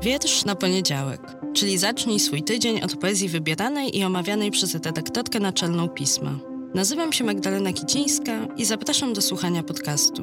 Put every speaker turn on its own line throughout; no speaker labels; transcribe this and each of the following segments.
Wiersz na poniedziałek, czyli zacznij swój tydzień od poezji wybieranej i omawianej przez redaktorkę naczelną pisma. Nazywam się Magdalena Kicińska i zapraszam do słuchania podcastu.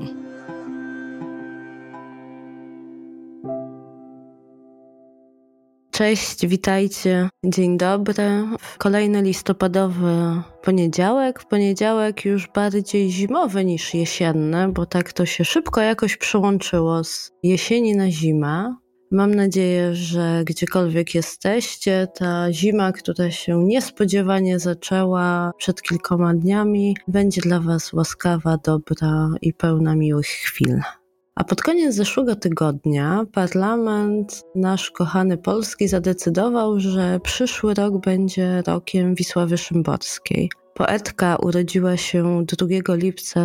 Cześć, witajcie. Dzień dobry. Kolejny listopadowy poniedziałek. Poniedziałek już bardziej zimowy niż jesienny, bo tak to się szybko jakoś przełączyło z jesieni na zimę. Mam nadzieję, że gdziekolwiek jesteście, ta zima, która się niespodziewanie zaczęła przed kilkoma dniami, będzie dla Was łaskawa, dobra i pełna miłych chwil. A pod koniec zeszłego tygodnia parlament, nasz kochany polski, zadecydował, że przyszły rok będzie rokiem Wisławy Szymborskiej. Poetka urodziła się 2 lipca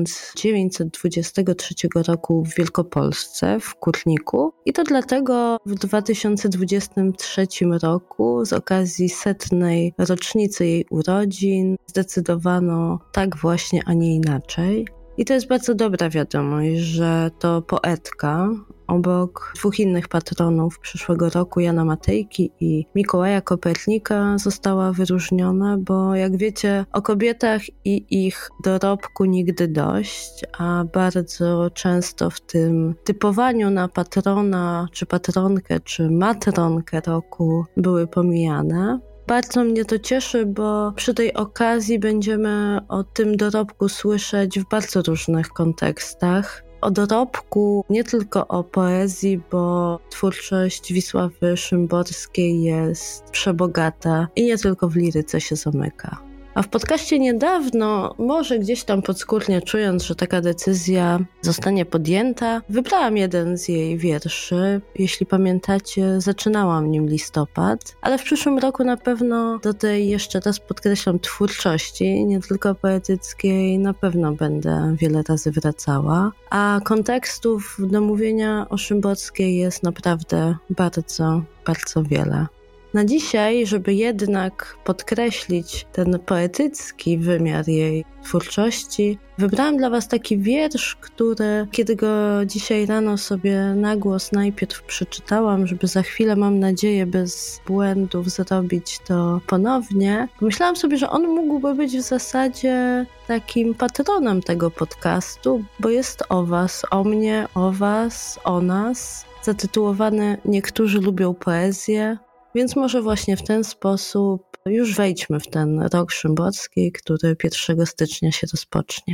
1923 roku w Wielkopolsce, w Kurniku. I to dlatego w 2023 roku, z okazji 100. rocznicy jej urodzin, zdecydowano tak właśnie, a nie inaczej. I to jest bardzo dobra wiadomość, że to poetka, obok 2 innych patronów przyszłego roku, Jana Matejki i Mikołaja Kopernika, została wyróżniona, bo jak wiecie, o kobietach i ich dorobku nigdy dość, a bardzo często w tym typowaniu na patrona, czy patronkę, czy matronkę roku były pomijane. Bardzo mnie to cieszy, bo przy tej okazji będziemy o tym dorobku słyszeć w bardzo różnych kontekstach. O dorobku, nie tylko o poezji, bo twórczość Wisławy Szymborskiej jest przebogata i nie tylko w liryce się zamyka. A w podcaście niedawno, może gdzieś tam podskórnie czując, że taka decyzja zostanie podjęta, wybrałam jeden z jej wierszy. Jeśli pamiętacie, zaczynałam nim listopad, ale w przyszłym roku na pewno do tej, jeszcze raz podkreślam, twórczości, nie tylko poetyckiej, na pewno będę wiele razy wracała. A kontekstów do mówienia o Szymborskiej jest naprawdę bardzo, bardzo wiele. Na dzisiaj, żeby jednak podkreślić ten poetycki wymiar jej twórczości, wybrałam dla Was taki wiersz, który, kiedy go dzisiaj rano sobie na głos najpierw przeczytałam, żeby za chwilę, mam nadzieję, bez błędów zrobić to ponownie, myślałam sobie, że on mógłby być w zasadzie takim patronem tego podcastu, bo jest o Was, o mnie, o Was, o nas, zatytułowany Niektórzy lubią poezję. Więc może właśnie w ten sposób już wejdźmy w ten rok Szymborskiej, który 1 stycznia się rozpocznie.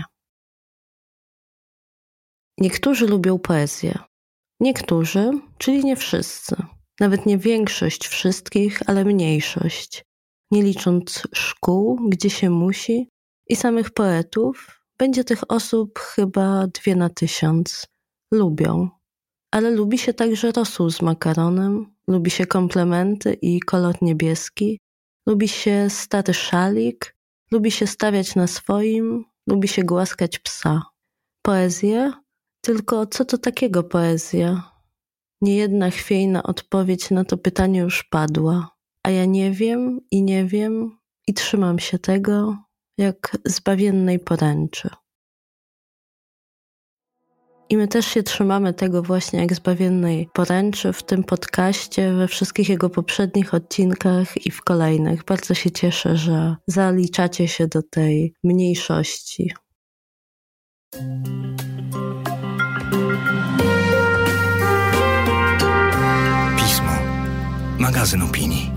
Niektórzy lubią poezję. Niektórzy, czyli nie wszyscy. Nawet nie większość wszystkich, ale mniejszość. Nie licząc szkół, gdzie się musi, i samych poetów, będzie tych osób chyba 2 na 1000. Lubią. Ale lubi się także rosół z makaronem, lubi się komplementy i kolor niebieski, lubi się stary szalik, lubi się stawiać na swoim, lubi się głaskać psa. Poezję? Tylko co to takiego poezja? Niejedna chwiejna odpowiedź na to pytanie już padła, a ja nie wiem i trzymam się tego jak zbawiennej poręczy. I my też się trzymamy tego właśnie jak zbawiennej poręczy w tym podcaście, we wszystkich jego poprzednich odcinkach i w kolejnych. Bardzo się cieszę, że zaliczacie się do tej mniejszości.
Pismo. Magazyn opinii.